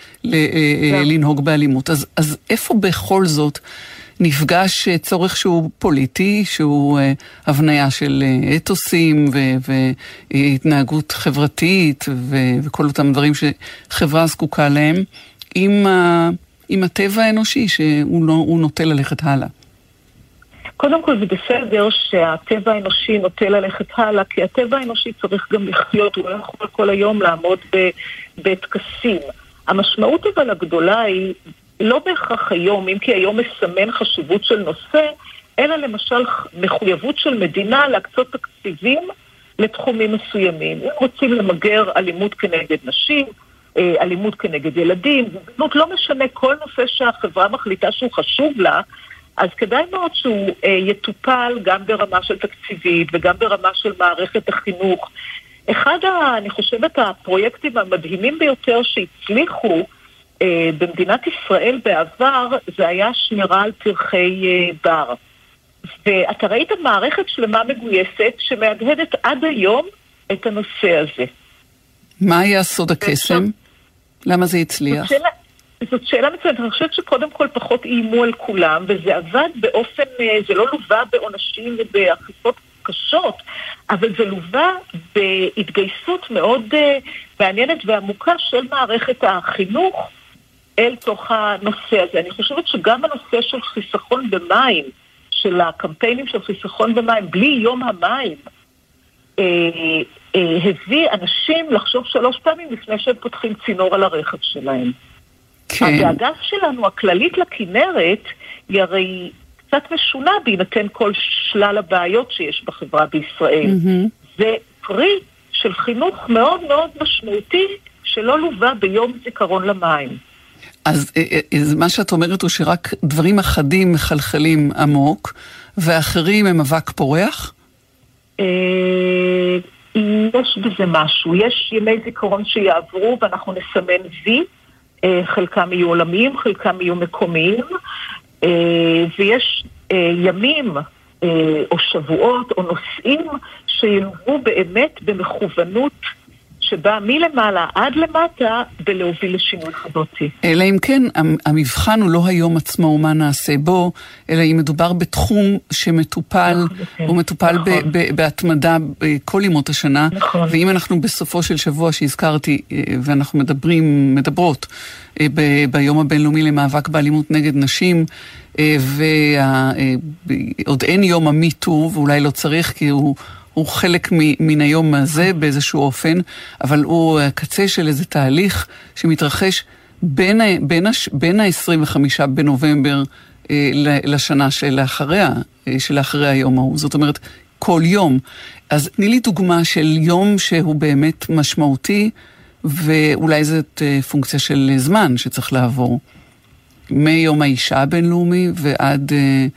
לנהוג באלימות. אז איפה בכל זאת נפגש צורך שהוא פוליטי, שהוא הבניה של אתוסים והתנהגות חברתית וכל אותם דברים שחברה זקוקה להם, עם הטבע האנושי שהוא נוטה ללכת הלאה? קודם כל זה בסדר שהטבע האנושי נוטה ללכת הלאה, כי הטבע האנושי צריך גם לחיות, הוא לא יכול כל היום לעמוד בתקסים. המשמעות אבל הגדולה היא לא בהכרח היום, אם כי היום מסמן חשיבות של נושא, אלא למשל מחויבות של מדינה להקצות תקציבים לתחומים מסוימים. אם רוצים למגר אלימות כנגד נשים, אלימות כנגד ילדים, לא משנה כל נושא שהחברה מחליטה שהוא חשוב לה, אז כדאי מאוד שהוא יטופל גם ברמה של תקציבית וגם ברמה של מערכת החינוך. אחד, אני חושבת, הפרויקטים המדהימים ביותר שהצליחו במדינת ישראל בעבר, זה היה שמירה על פרחי בר. ואתה ראית מערכת שלמה מגויסת שמהדהדת עד היום את הנושא הזה. מה היה סוד הקסם? למה זה הצליח? זאת שאלה מצוינת. אני חושבת שקודם כל פחות איימו על כולם, וזה עבד באופן, זה לא לווה בעונשים ובאכיפות קשות, אבל זה לווה בהתגייסות מאוד מעניינת ועמוקה של מערכת החינוך אל תוך הנושא הזה. אני חושבת שגם הנושא של חיסכון במים, של הקמפיינים של חיסכון במים, בלי יום המים, הביא אנשים לחשוב 3 פעמים לפני שהם פותחים צינור על הרכב שלהם. כן. הדאגה שלנו, הכללית לכנרת, היא הרי קצת משונה בהינתן כל שלל הבעיות שיש בחברה בישראל. זה פרי של חינוך מאוד מאוד משמעותי שלא לווה ביום זיכרון למים. אז מה שאת אומרת הוא שרק דברים אחדים מחלחלים עמוק, ואחרים הם אבק פורח? יש בזה משהו. יש ימי זיכרון שיעברו ואנחנו נסמן וי, חלקם יהיו עולמיים, חלקם יהיו מקומיים, ויש ימים או שבועות או נושאים שילוו באמת במכוונות שבא מלמעלה עד למטה בלהוביל לשינוי חברתי. אלא אם כן, המבחן הוא לא היום עצמו מה נעשה בו, אלא אם מדובר בתחום שמטופל, הוא מטופל בהתמדה כל ימות השנה, ואם אנחנו בסופו של שבוע שהזכרתי, ואנחנו מדברות ביום הבינלאומי למאבק באלימות נגד נשים, ועוד אין יום המיטו, ואולי לא צריך כי הוא חלק מן היום הזה באיזשהו אופן, אבל הוא הקצה של איזה תהליך שמתרחש בין ה-25 בנובמבר לשנה שלאחרי היום ההוא. זאת אומרת, כל יום. אז תני לי דוגמה של יום שהוא באמת משמעותי, ואולי זאת פונקציה של זמן שצריך לעבור. מיום האישה הבינלאומי ועד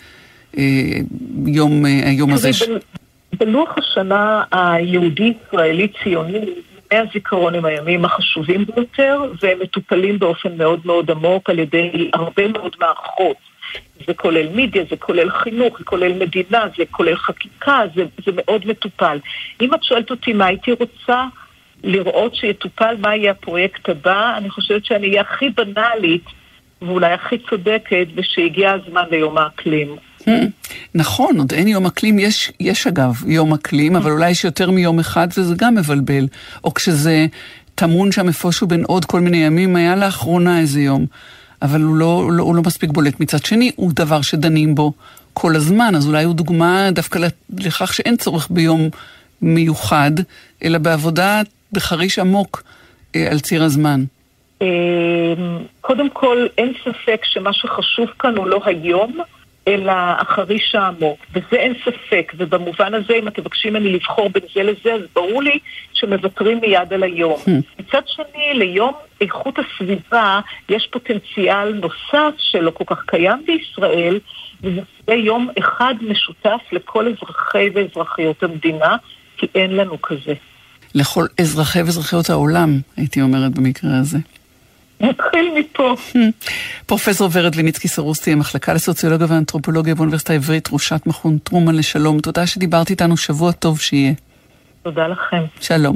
היום הזה. בלוח השנה היהודי-ישראלי-ציוני, הזיכרון הם הימים החשובים ביותר, והם מטופלים באופן מאוד מאוד עמוק על ידי הרבה מאוד מערכות. זה כולל מידיה, זה כולל חינוך, זה כולל מדינה, זה כולל חקיקה, זה מאוד מטופל. אם את שואלת אותי מה הייתי רוצה לראות שיטופל, מה יהיה הפרויקט הבא, אני חושבת שאני אהיה הכי בנאלית, ואולי הכי צודקת, ושהגיע הזמן ליום האקלים. נכון, עוד אין יום אקלים, יש אגב יום אקלים, אבל אולי יש יותר מיום אחד וזה גם מבלבל, או כשזה תמון שם איפשהו בין עוד כל מיני ימים, היה לאחרונה איזה יום, אבל הוא לא מספיק בולט. מצד שני, הוא דבר שדנים בו כל הזמן, אז אולי הוא דוגמה דווקא לכך שאין צורך ביום מיוחד, אלא בעבודה בחריש עמוק על ציר הזמן. קודם כל, אין ספק שמה שחשוב כאן הוא לא היום, אלא החריש העמוק, וזה אין ספק, ובמובן הזה אם אתם מבקשים ממני לבחור בין זה לזה, אז ברור לי שמוותרים מיד על היום. מצד שני, ליום איכות הסביבה יש פוטנציאל נוסף שלא כל כך קיים בישראל, וזה יום אחד משותף לכל אזרחי ואזרחיות המדינה, כי אין לנו כזה. לכל אזרחי ואזרחיות העולם, הייתי אומרת במקרה הזה. נתחיל מפה. פרופסור ורד ויניצקי סרוסטי, המחלקה לסוציולוגיה ואנתרופולוגיה באוניברסיטה העברית, ראשת מכון טרומן לשלום. תודה שדיברת איתנו, שבוע טוב שיהיה. תודה לכם. שלום.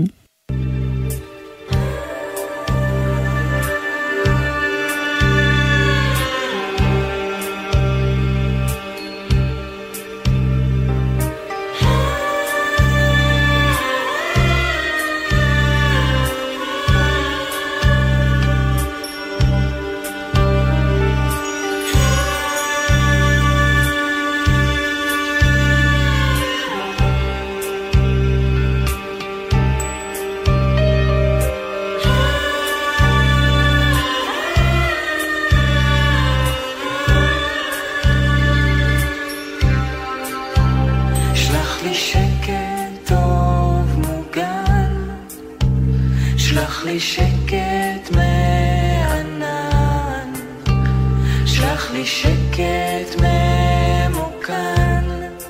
לי שקט ממוכן,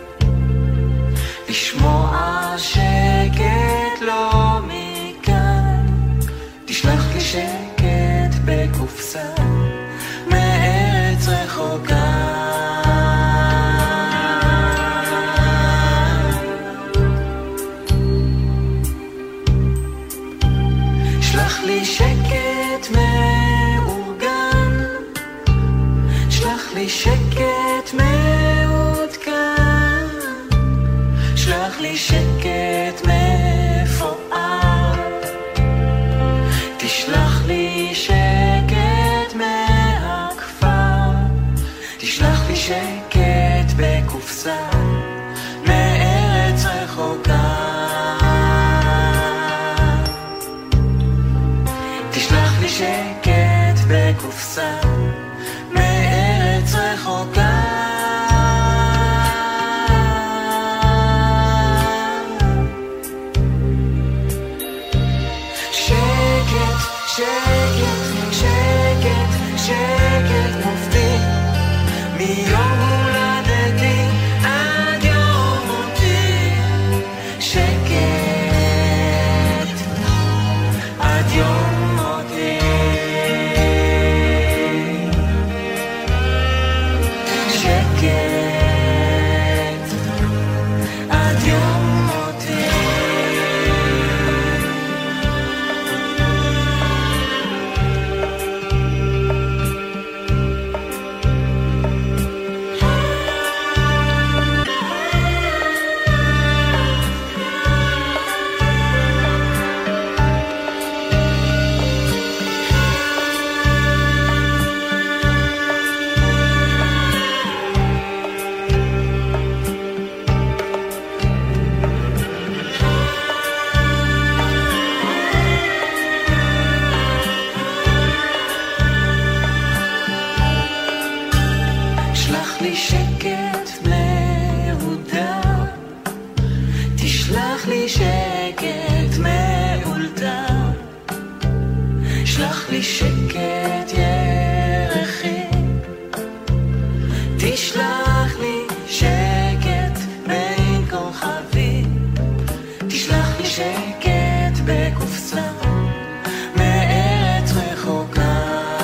לשמוע שקט לא מכאן, תשלח לי שקט בקופסה מארץ רחוקה. שלח לי שקט מאורגן, שלח לי שקט מעודכן, שלח לי שקט מפואר, תשלח לי שקט מהכפר, תשלח לי שקט בקופסה מארץ רחוקה. תשלח לי שקט בקופסה מארץ רחוקה. שקט, שקט, שקט, שקט מופתי מיום הולדתי עד יום מותי. שקט עד יום מותי. שקט עד יום מותי. שלח לי שקט מהודר, תשלח לי שקט מאולתר, שלח לי שקט ירחי, תשלח לי שקט בין כוכבים, תשלח לי שקט בקופסה מארץ רחוקה.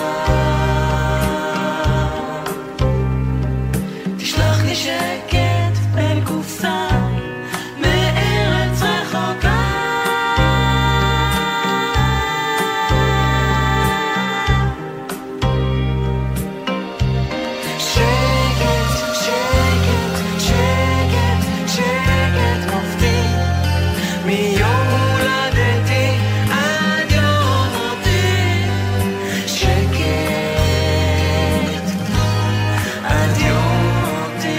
תשלח לי שקט בקופסה מארץ רחוקה. שקט, שקט, שקט, שקט מופתי מיום הולדתי עד יום מותי. שקט עד יום מותי.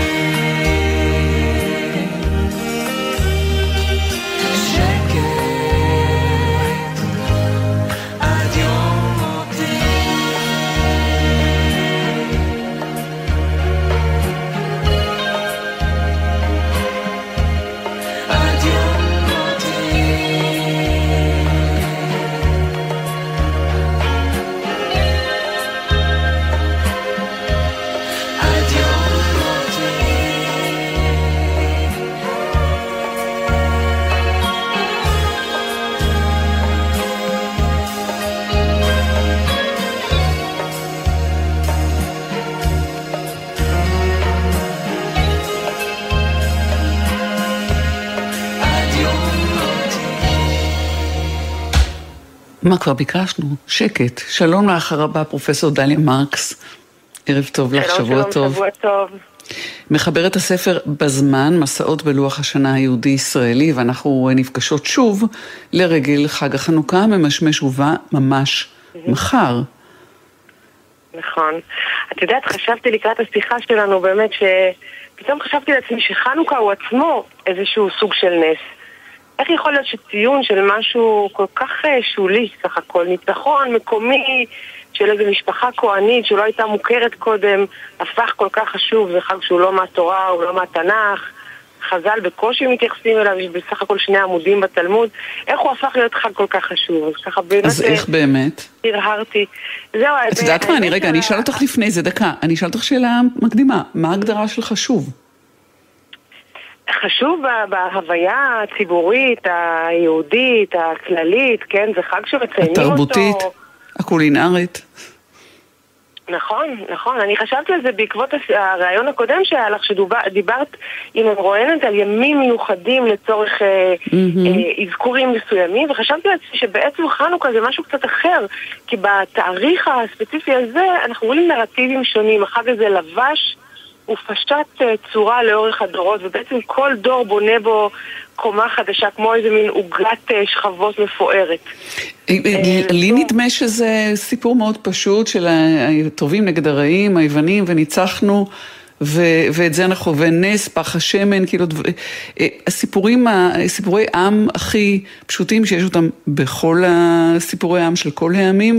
שקט עד יום מותי. עד יום מותי. עד יום מותי. עד יום מותי. מה כבר ביקשנו? שקט. שלום לך הרבה, פרופסור דליה מרקס. ערב טוב לך, שבוע טוב. שבוע טוב. מחברת הספר בזמן, מסעות בלוח השנה היהודי-ישראלי, ואנחנו נפגשות שוב לרגל חג החנוכה, ממשמש ובא ממש מחר. נכון. את יודעת, חשבתי לקראת השיחה שלנו באמת פתאום חשבתי לעצמי שחנוכה הוא עצמו איזשהו סוג של נס. איך יכול להיות שציון של משהו כל כך שולי, סך הכל ניצחון מקומי של איזו משפחה כהנית שלא הייתה מוכרת קודם, הפך כל כך חשוב, זה חג שהוא לא מהתורה, הוא לא מהתנ"ך, חז"ל בקושי מתייחסים אליו, יש בסך הכל 2 עמודים בתלמוד, איך הוא הפך להיות חג כל כך חשוב? אז ככה באמת... אז איך באמת? הרהרתי. זהו, את יודעת מה, אני אשאל אותך לפני זה דקה, אני אשאל אותך שאלה מקדימה, מה ההגדרה של חשוב? חשוב בהוויה הציבורית, היהודית, הכללית, כן, זה חג שמציינים אותו. התרבותית, הקולינרית. נכון, נכון. אני חשבתי על זה בעקבות הרעיון הקודם שהיה לך, שדיברת עם המרואיינת על ימים מיוחדים לצורך אזכורים מסוימים, וחשבתי על זה שבעצם חנוכה זה משהו קצת אחר, כי בתאריך הספציפי הזה אנחנו רואים נרטיבים שונים. החג הזה לבש ופשט צורה לאורך הדורות, ובעצם כל דור בונה בו קומה חדשה, כמו איזה מין עוגת שכבות מפוארת. לי נדמה שזה סיפור מאוד פשוט של הטובים נגד הרעים, היוונים, וניצחנו, ואת זה אנחנו, ונס, פח השמן, כאילו, סיפורי עם הכי פשוטים שיש אותם בכל הסיפורי עם של כל העמים,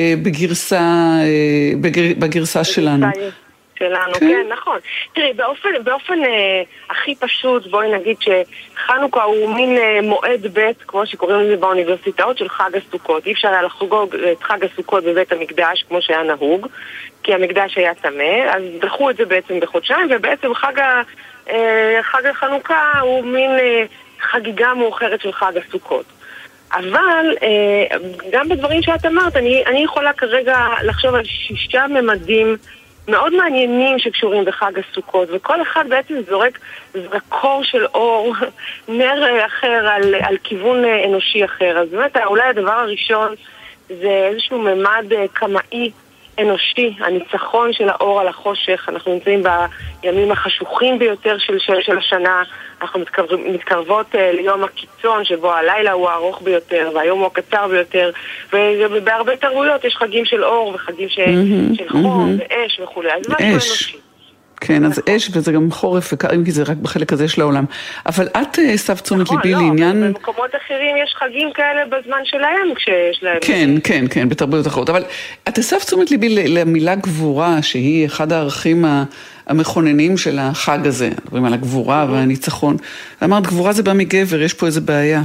בגרסה שלנו. שלנו, כן, נכון. תראי, באופן הכי פשוט, בואי נגיד שחנוכה הוא מין מועד ב', כמו שקוראים לזה באוניברסיטאות, של חג הסוכות. אי אפשר היה לחגוג את חג הסוכות בבית המקדש, כמו שהיה נהוג, כי המקדש היה טמא, אז דחו את זה בעצם בחודשיים, ובעצם חג החנוכה הוא מין חגיגה מאוחרת של חג הסוכות. אבל גם בדברים שאת אמרת, אני יכולה כרגע לחשוב על 6 ממדים מאוד מעניינים שקשורים בחג הסוכות, וכל אחד בעצם זורק זרקור של אור, נר אחר על כיוון אנושי אחר. אז באמת אולי הדבר הראשון זה איזשהו ממד קמאי אנושי, הניצחון של האור על החושך. אנחנו נמצאים בימים החשוכים ביותר של השנה, אנחנו מתקרבות ליום הקיצון שבו הלילה הוא הארוך ביותר והיום הוא הקצר ביותר, ובהרבה תרבויות יש חגים של אור וחגים של חום ואש וכו'. אז משהו אנושי. כן, אז אש וזה גם חורף וקרים, כי זה רק בחלק הזה של העולם. אבל את שמת תשומת ליבי לעניין... במקומות אחרים יש חגים כאלה בזמן שלהם כשיש להם... כן, בתרבויות אחרות. אבל את שמת תשומת ליבי למילה גבורה, שהיא אחד הערכים המכוננים של החג הזה. מדברים על הגבורה והניצחון. אמרת, גבורה זה בא מגבר, יש פה איזה בעיה.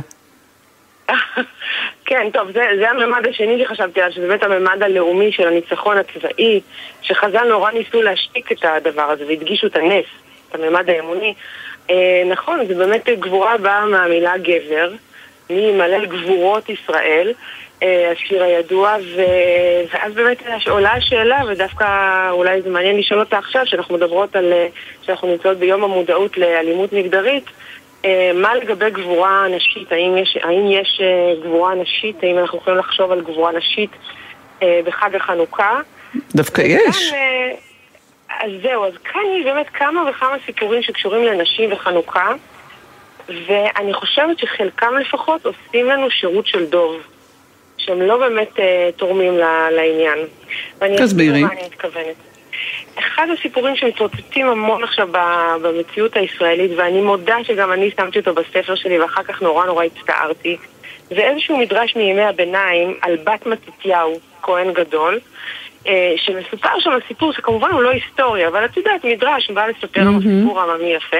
כן, טוב, זה הממד השני שחשבתי עליו, שזה באמת הממד הלאומי של הניצחון הצבאי, שחז"ל נורא ניסו להשתיק את הדבר הזה, והדגישו את הנס, את הממד האמוני. נכון, זה באמת גבורה באה מהמילה גבר, ממלל גבורות ישראל, השיר הידוע, ואז באמת עולה השאלה, ודווקא אולי זה מעניין לשאול אותה עכשיו, שאנחנו מדברות על, שאנחנו נמצאות ביום המודעות לאלימות מגדרית, מה לגבי גבורה נשית? האם יש גבורה נשית? האם אנחנו יכולים לחשוב על גבורה נשית בחג החנוכה? דווקא יש. אז זהו, אז כאן יש באמת כמה וכמה סיפורים שקשורים לנשים וחנוכה, ואני חושבת שחלקם לפחות עושים לנו שירות של דוב, שהם לא באמת תורמים לעניין. תסבירי. מה אני מתכוונת. אחד הסיפורים שמתרוצצים המון עכשיו במציאות הישראלית, ואני מודה שגם אני שמתי אותו בספר שלי ואחר כך נורא הצטערתי, זה איזשהו מדרש מימי הביניים על בת מתתיהו, כהן גדול, שמסופר שם הסיפור שכמובן הוא לא היסטוריה, אבל את יודעת, מדרש בא לספר לנו סיפור עממי יפה,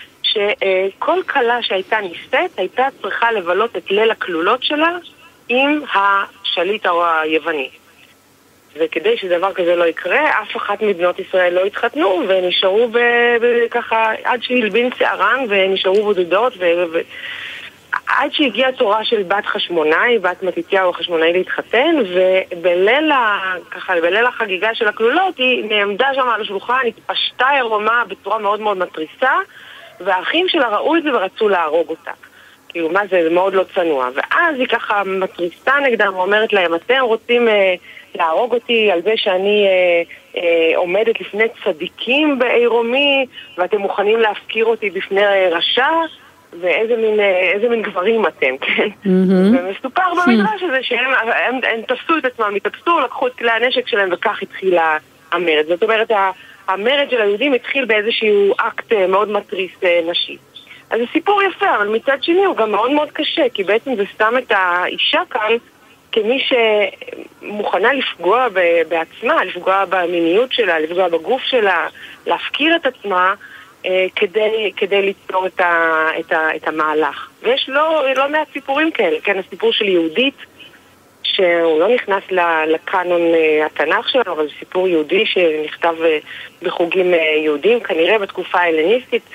שכל כלה שהייתה נישאת הייתה צריכה לבלות את ליל הכלולות שלה עם השליט היווני. וכדי שדבר כזה לא יקרה, אף אחת מבנות ישראל לא התחתנו, ונשארו ככה, עד שהלבין שערן, ונשארו בודדות, עד שהגיעה תורה של בת חשמונאי, בת מתתיהו החשמונאי להתחתן, ובליל החגיגה של הכלולות, היא נעמדה שם על השולחן, התפשטה עירומה בצורה מאוד מאוד מטריסה, והאחים שלה ראו את זה ורצו להרוג אותה. כאילו, מה זה מאוד לא צנוע. ואז היא ככה מטריסה נגדם, ואומרת להם, אתם רוצים להרוג אותי על זה שאני עומדת לפני צדיקים בעירומי, ואתם מוכנים להפקיר אותי בפני רשע, ואיזה מין גברים אתם, כן? ומסופר במדרש הזה שהם תפסו את עצמם, התאפסו, לקחו את כלי הנשק שלהם, וכך התחיל המרד. זאת אומרת, המרד של היהודים התחיל באיזשהו אקט מאוד מטריס נשי. אז זה סיפור יפה, אבל מצד שני הוא גם מאוד מאוד קשה, כי בעצם זה שם את האישה כאן כמי שמוכנה לפגוע בעצמה, לפגוע במיניות שלה, לפגוע בגוף שלה, להפקיר את עצמה, כדי ליצור את המהלך. ויש לא מעט סיפורים כאלה, כן, הסיפור של יהודית, שהוא לא נכנס לקאנון התנ"ך שלנו, אבל זה סיפור יהודי שנכתב בחוגים יהודים, כנראה בתקופה ההלניסטית,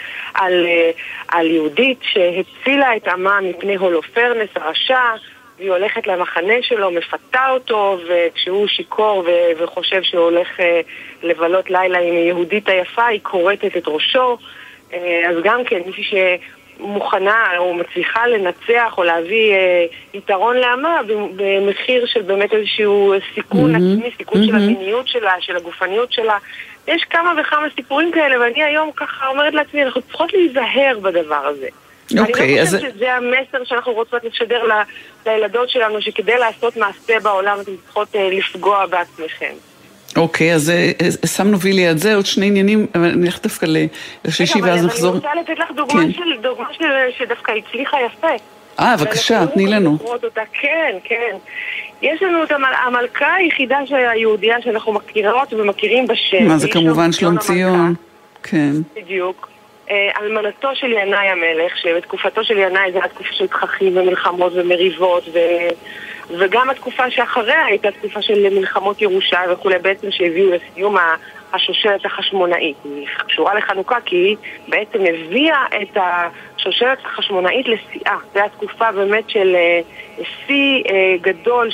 על יהודית שהצילה את עמה מפני הולופרנס הרשע, והיא הולכת למחנה שלו, מפתה אותו, וכשהוא שיקור וחושב שהוא הולך לבלות לילה עם יהודית היפה, היא קורטת את ראשו. אז גם כן, מישהי שמוכנה או מצליחה לנצח או להביא יתרון לעמה במחיר של באמת איזשהו סיכון עצמי, סיכון של המיניות שלה, של הגופניות שלה. יש כמה וכמה סיפורים כאלה, ואני היום ככה אומרת לעצמי, אנחנו צריכות להיזהר בדבר הזה. אני לא חושבת שזה המסר שאנחנו רוצות לשדר לילדות שלנו, שכדי לעשות מעשה בעולם אתם צריכות לפגוע בעצמכם. אוקיי, אז שמנו וי ליד זה עוד שני עניינים, אבל נלך דווקא לשלישי ואז נחזור. אני רוצה לתת לך דוגמה שדווקא הצליחה יפה. בבקשה, תני לנו. כן, כן. יש לנו את המלכה היחידה היהודיה שאנחנו מכירות ומכירים בשם. מה זה כמובן שלום ציון? כן. בדיוק. אלמנתו של ינאי המלך, שבתקופתו של ינאי זה התקופה של תככים ומלחמות ומריבות, וגם התקופה שאחריה הייתה תקופה של מלחמות ירושה וכו', בעצם שהביאו לסיום השושלת החשמונאית. היא קשורה לחנוכה כי היא בעצם הביאה את השושלת החשמונאית לשיאה. זו התקופה באמת של שיא גדול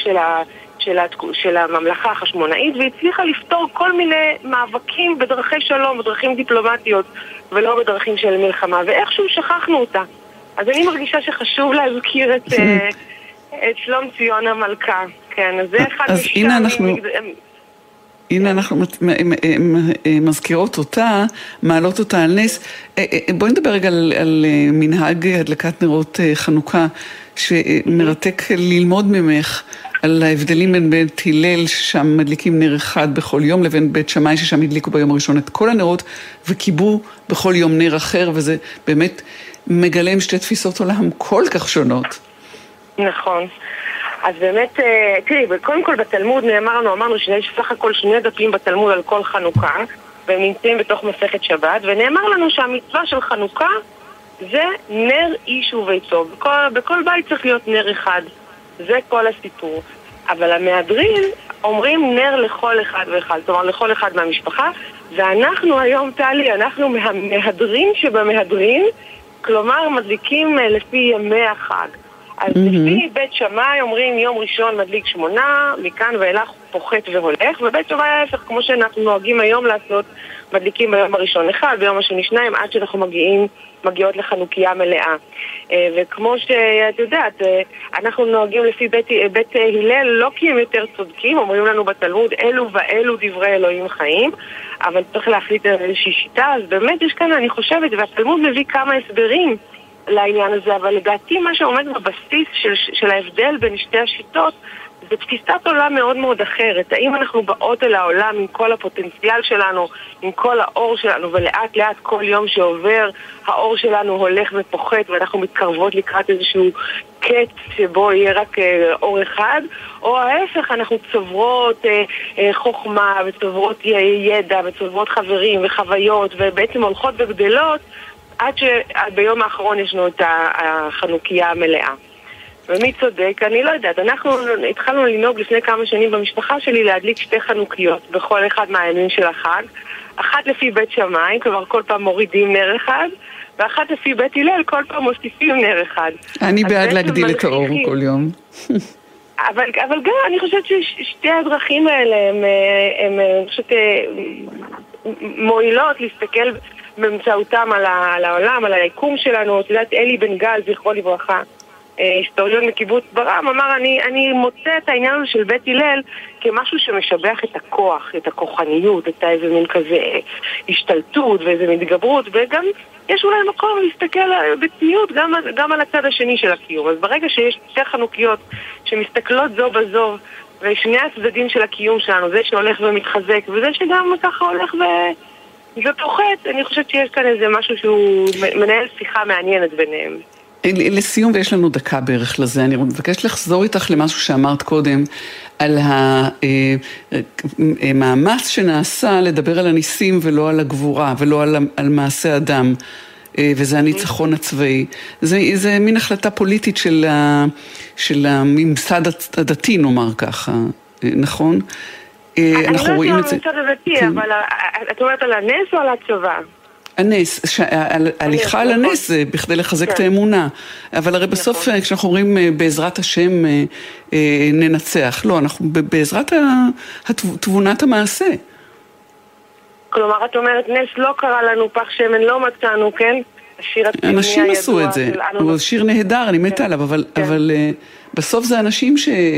של הממלכה החשמונאית, והצליחה לפתור כל מיני מאבקים בדרכי שלום, בדרכים דיפלומטיות, ולא בדרכים של מלחמה, ואיכשהו שכחנו אותה. אז אני מרגישה שחשוב להזכיר את שלום ציון המלכה. כן, אז זה אחד משם. הנה אנחנו מזכירות אותה, מעלות אותה על נס. בואי נדבר רגע על מנהג הדלקת נרות חנוכה, שמרתק ללמוד ממך על ההבדלים בין בית הלל, ששם מדליקים נר אחד בכל יום, לבין בית שמאי, ששם הדליקו ביום הראשון את כל הנרות, וקיבו בכל יום נר אחר, וזה באמת מגלם שתי תפיסות עולם כל כך שונות. נכון. אז באמת, תראי, קודם כל בתלמוד אמרנו שיש סך הכל 2 דפים בתלמוד על כל חנוכה, והם נמצאים בתוך מסכת שבת, ונאמר לנו שהמצווה של חנוכה זה נר איש וביתו. בכל בית צריך להיות נר אחד. זה כל הסיפור. אבל המהדרין אומרים נר לכל אחד ואחד, זאת אומרת לכל אחד מהמשפחה, ואנחנו היום, טלי, אנחנו מהמהדרין שבמהדרין, כלומר מדליקים לפי ימי החג. אז לפי בית שמאי אומרים יום ראשון מדליק 8, מכאן ואילך פוחת והולך, ובית שמאי ההפך, כמו שאנחנו נוהגים היום לעשות, מדליקים ביום הראשון 1, ביום השני 2, עד שאנחנו מגיעות לחנוכיה מלאה. וכמו שאת יודעת, אנחנו נוהגים לפי בית הלל, לא כי הם יותר צודקים, אומרים לנו בתלמוד, אלו ואלו דברי אלוהים חיים, אבל צריך להחליט על איזושהי שיטה, אז באמת יש כאן, אני חושבת, והתלמוד מביא כמה הסברים לעניין הזה, אבל לדעתי מה שעומד בבסיס של ההבדל בין שתי השיטות זה תפיסת עולם מאוד מאוד אחרת. האם אנחנו באות אל העולם עם כל הפוטנציאל שלנו, עם כל האור שלנו, ולאט לאט כל יום שעובר האור שלנו הולך ופוחת ואנחנו מתקרבות לקראת איזשהו קץ שבו יהיה רק אור אחד, או ההפך, אנחנו צוברות חוכמה וצוברות ידע וצוברות חברים וחוויות ובעצם הולכות וגדלות עד שביום האחרון ישנו את החנוכיה המלאה. ומי צודק? אני לא יודעת. אנחנו התחלנו לנהוג לפני כמה שנים במשפחה שלי להדליק 2 חנוכיות בכל אחד מהימים של החג. אחת לפי בית שמאי, כלומר כל פעם מורידים נר אחד, ואחת לפי בית הלל, כל פעם מוסיפים נר אחד. אני בעד להגדיל את האור כל יום. אבל גם אני חושבת ששתי הדרכים האלה הם פשוט מועילות להסתכל באמצעותם על העולם, על היקום שלנו. את יודעת, אלי בן גל, זכרו לברכה, היסטוריון מקיבוץ ברעם, אמר, אני מוצא את העניין הזה של בית הלל כמשהו שמשבח את הכוח, את הכוחניות, את איזה מין כזה השתלטות ואיזה מתגברות, וגם יש אולי מקום להסתכל בצניעות גם על הצד השני של הקיום. אז ברגע שיש 2 חנוכיות שמסתכלות זו בזו, ושני הצדדים של הקיום שלנו, זה שהולך ומתחזק, וזה שגם ככה הולך ופוחת, אני חושבת שיש כאן איזה משהו שהוא מנהל שיחה מעניינת ביניהם. לסיום, ויש לנו דקה בערך לזה, אני מבקש לחזור איתך למשהו שאמרת קודם, על המאמץ שנעשה לדבר על הניסים ולא על הגבורה, ולא על מעשה אדם, וזה הניצחון הצבאי. זה מין החלטה פוליטית של הממסד הדתי, נאמר ככה, נכון? אנחנו רואים את זה. אני לא יודעת על הממסד הדתי, אבל את אומרת על הנס או על הצבא? הנס, הליכה על הנס זה בכדי לחזק את האמונה, אבל הרי בסוף כשאנחנו אומרים בעזרת השם ננצח, לא, אנחנו בעזרת תבונת המעשה. כלומר, את אומרת, נס לא קרה לנו, פח שמן לא מצאנו, כן? אנשים עשו את זה, הוא שיר נהדר, אני מתה עליו, אבל בסוף זה אנשים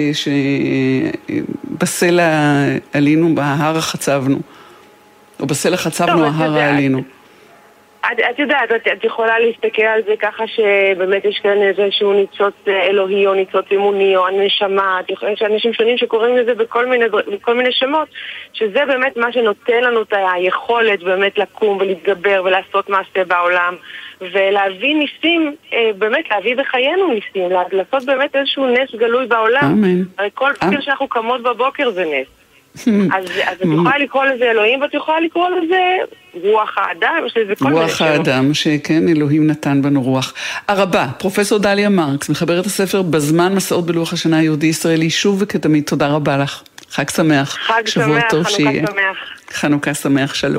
שבסלע עלינו, בהר החצבנו, או בסלע חצבנו, ההר עלינו. את יודעת, את יכולה להסתכל על זה ככה שבאמת יש כאן איזשהו ניצוץ אלוהי או ניצוץ אמוני או הנשמה, יש אנשים שונים שקוראים לזה בכל מיני שמות, שזה באמת מה שנותן לנו את היכולת באמת לקום ולהתגבר ולעשות מעשה בעולם ולהביא ניסים, באמת להביא בחיינו ניסים, לעשות באמת איזשהו נס גלוי בעולם. אמן. הרי כל פעם שאנחנו קמות בבוקר זה נס. אז את יכולה לקרוא לזה אלוהים, ואת יכולה לקרוא לזה רוח האדם, שזה כל מיני רוח האדם, שכן, אלוהים נתן בנו רוח. הרבה, פרופסור דליה מרקס, מחברת הספר בזמן מסעות בלוח השנה היהודי-ישראלי, שוב וכתמיד, תודה רבה לך. חג שמח. חג שבוע שמח, טוב חנוכה שיהיה. שמח. חנוכה שמח, שלום.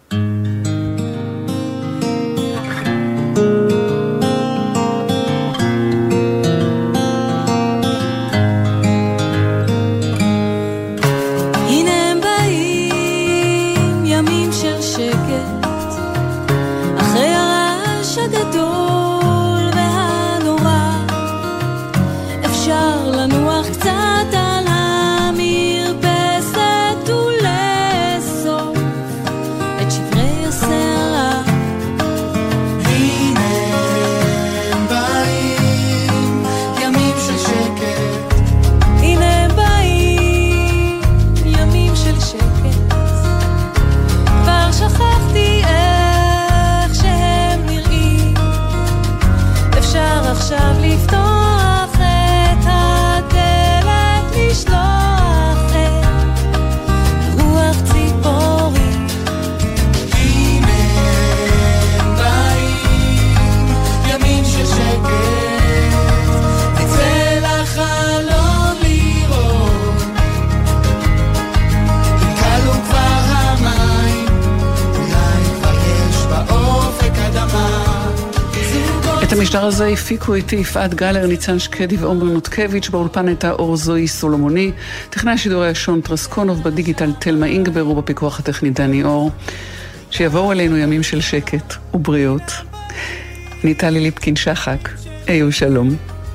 המשדר הזה הפיקו איתי יפעת גלר, ניצן שקדי ועומרי מוטקביץ', באולפן הייתה אור זוהי סולומוני, טכנאי השידור היה שון טרסקונוב, בדיגיטל תלמה אינגבר ובפיקוח הטכני דני אור. שיבואו עלינו ימים של שקט ובריאות. אני טלי ליפקין שחק, היו שלום.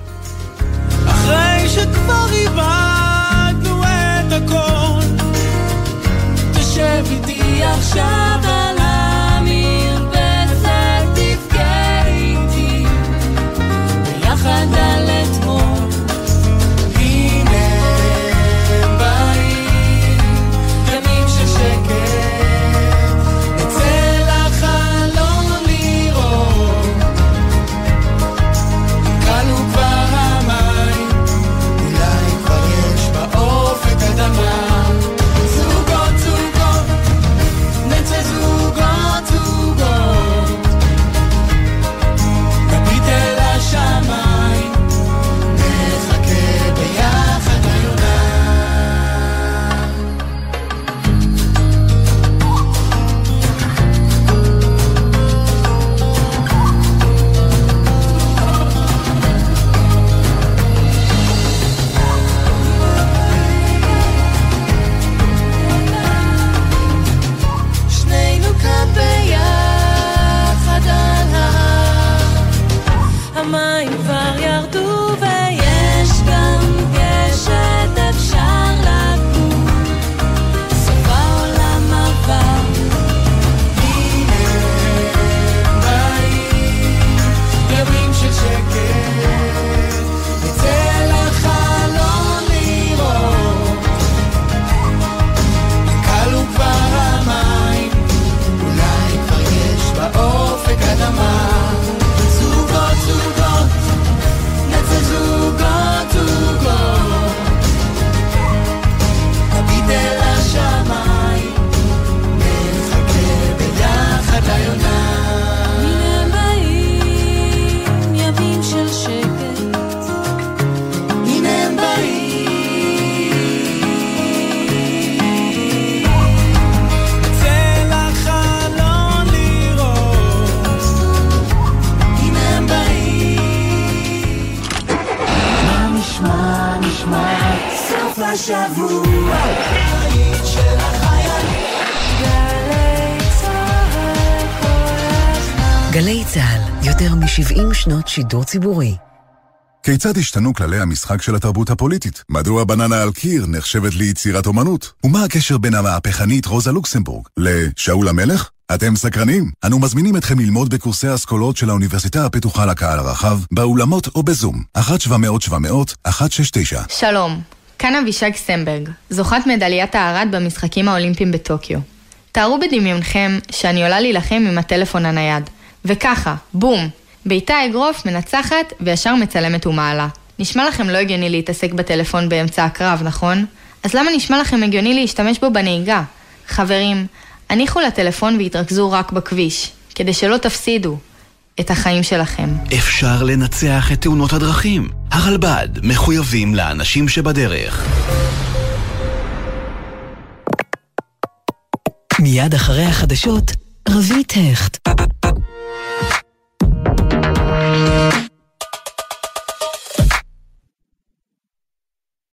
אחרי שכבר איבדנו את הכל, תשב איתי עכשיו על המרפסת, תבכה איתי ביחד על אתמול. הנה הם באים ימים של שקט, נצא לחלון לראות, קלו כבר המים, אולי כבר יש באופק אדמה. זוגות זוגות נצא זוגות השבוע, הבית של החיילים. גלי צהל, יותר מ-70 שנות שידור ציבורי. כיצד השתנו כללי המשחק של התרבות הפוליטית? מדוע בננה על קיר נחשבת ליצירת אומנות? ומה הקשר בין המהפכנית רוזה לוקסמבורג לשאול המלך? אתם סקרנים? אנו מזמינים אתכם ללמוד בקורסי האסכולות של האוניברסיטה הפתוחה לקהל הרחב, באולמות או בזום. 1-700-700-169. שלום, כאן אבישג סמברג, זוכת מדליית הארד במשחקים האולימפיים בטוקיו. תארו בדמיונכם שאני עולה להילחם עם הטלפון הנייד, וככה, בום, בעיטה אגרוף מנצחת וישר מצלמת ומעלה. נשמע לכם לא הגיוני להתעסק בטלפון באמצע הקרב, נכון? אז למה נשמע לכם הגיוני להשתמש בו בנהיגה? חברים, הניחו לטלפון והתרכזו רק בכביש, כדי שלא תפסידו את החיים שלכם. אפשר לנצח את תאונות הדרכים. הרלב"ד מחויבים לאנשים שבדרך. מיד אחרי החדשות, רבית הכט.